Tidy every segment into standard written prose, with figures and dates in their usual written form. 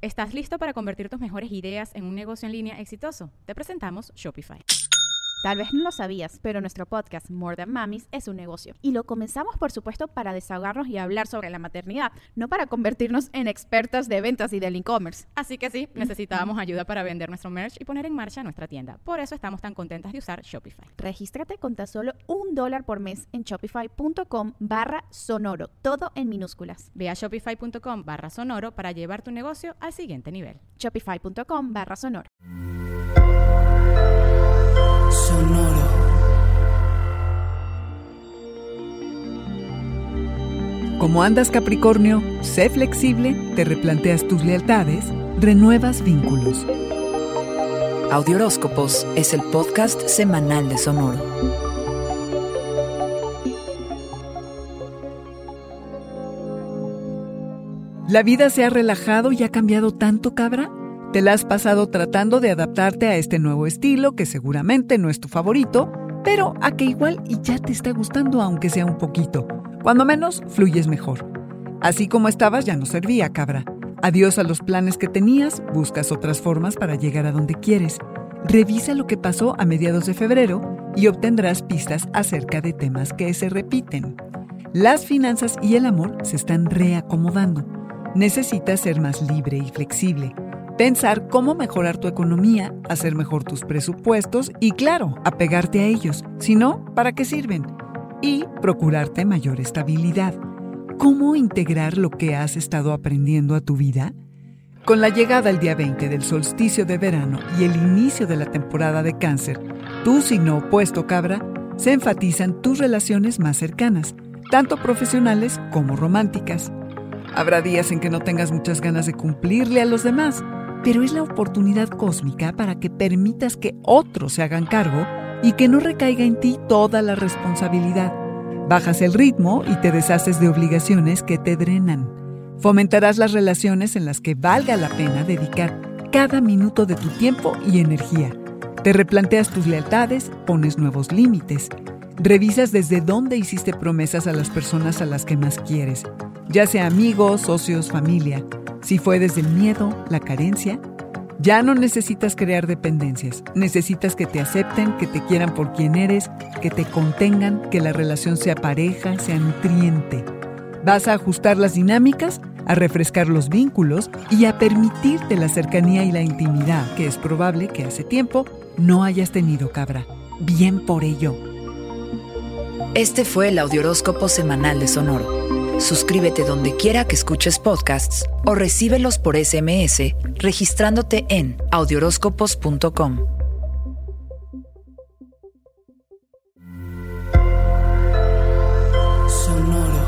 ¿Estás listo para convertir tus mejores ideas en un negocio en línea exitoso? Te presentamos Shopify. Tal vez no lo sabías, pero nuestro podcast More Than Mamis es un negocio. Y lo comenzamos, por supuesto, para desahogarnos y hablar sobre la maternidad, no para convertirnos en expertas de ventas y del e-commerce. Así que sí, necesitábamos ayuda para vender nuestro merch y poner en marcha nuestra tienda. Por eso estamos tan contentas de usar Shopify. Regístrate con tan solo $1 por mes en shopify.com/sonoro, todo en minúsculas. Ve a shopify.com/sonoro para llevar tu negocio al siguiente nivel. Shopify.com/sonoro. Sonoro. Como andas, Capricornio, sé flexible, te replanteas tus lealtades, renuevas vínculos. Audioróscopos es el podcast semanal de Sonoro. ¿La vida se ha relajado y ha cambiado tanto, Cabra? ¿Te la has pasado tratando de adaptarte a este nuevo estilo que seguramente no es tu favorito, pero a que igual y ya te está gustando aunque sea un poquito? Cuando menos, fluyes mejor. Así como estabas ya no servía, Cabra. Adiós a los planes que tenías, buscas otras formas para llegar a donde quieres. Revisa lo que pasó a mediados de febrero y obtendrás pistas acerca de temas que se repiten. Las finanzas y el amor se están reacomodando. Necesitas ser más libre y flexible. Pensar cómo mejorar tu economía, hacer mejor tus presupuestos y, claro, apegarte a ellos. Si no, ¿para qué sirven? Y procurarte mayor estabilidad. ¿Cómo integrar lo que has estado aprendiendo a tu vida? Con la llegada el día 20 del solsticio de verano y el inicio de la temporada de Cáncer, tu signo opuesto, Cabra, se enfatizan tus relaciones más cercanas, tanto profesionales como románticas. Habrá días en que no tengas muchas ganas de cumplirle a los demás, pero es la oportunidad cósmica para que permitas que otros se hagan cargo y que no recaiga en ti toda la responsabilidad. Bajas el ritmo y te deshaces de obligaciones que te drenan. Fomentarás las relaciones en las que valga la pena dedicar cada minuto de tu tiempo y energía. Te replanteas tus lealtades, pones nuevos límites. Revisas desde dónde hiciste promesas a las personas a las que más quieres, ya sea amigos, socios, familia. Si fue desde el miedo, la carencia, ya no necesitas crear dependencias. Necesitas que te acepten, que te quieran por quien eres, que te contengan, que la relación sea pareja, sea nutriente. Vas a ajustar las dinámicas, a refrescar los vínculos y a permitirte la cercanía y la intimidad que es probable que hace tiempo no hayas tenido, Cabra. Bien por ello. Este fue el Audioróscopo semanal de Sonoro. Suscríbete donde quiera que escuches podcasts o recíbelos por SMS registrándote en audioróscopos.com. Sonoro.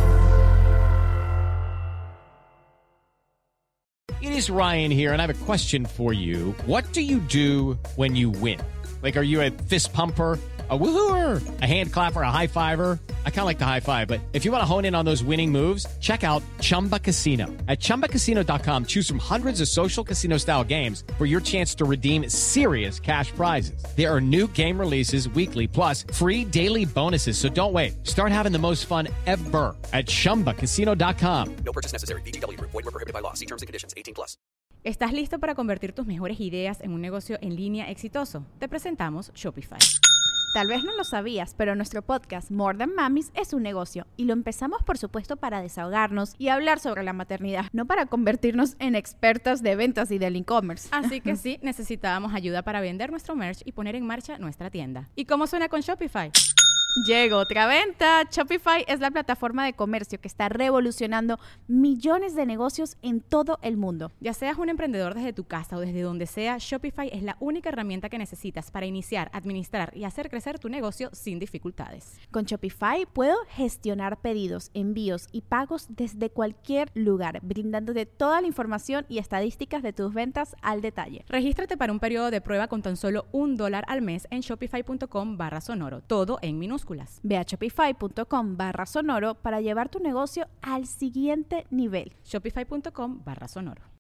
It is Ryan here, and I have a question for you. What do you do when you win? Like, are you a fist pumper, a woohooer, a hand clapper, a high fiver? I kind of like the high five, but if you want to hone in on those winning moves, check out Chumba Casino. At ChumbaCasino.com, choose from hundreds of social casino style games for your chance to redeem serious cash prizes. There are new game releases weekly, plus free daily bonuses. So don't wait. Start having the most fun ever at ChumbaCasino.com. No purchase necessary. VGW Group. Void where prohibited by law. See terms and conditions. 18+. ¿Estás listo para convertir tus mejores ideas en un negocio en línea exitoso? Te presentamos Shopify. Tal vez no lo sabías, pero nuestro podcast More Than Mamis es un negocio. Y lo empezamos, por supuesto, para desahogarnos y hablar sobre la maternidad, no para convertirnos en expertas de ventas y del e-commerce. Así que sí, necesitábamos ayuda para vender nuestro merch y poner en marcha nuestra tienda. ¿Y cómo suena con Shopify? Llegó otra venta. Shopify es la plataforma de comercio que está revolucionando millones de negocios en todo el mundo. Ya seas un emprendedor desde tu casa o desde donde sea, Shopify es la única herramienta que necesitas para iniciar, administrar y hacer crecer tu negocio sin dificultades. Con Shopify puedo gestionar pedidos, envíos y pagos desde cualquier lugar, brindándote toda la información y estadísticas de tus ventas al detalle. Regístrate para un periodo de prueba con tan solo $1 al mes en shopify.com/sonoro, todo en minúsculas. Ve a shopify.com/sonoro para llevar tu negocio al siguiente nivel. Shopify.com/sonoro.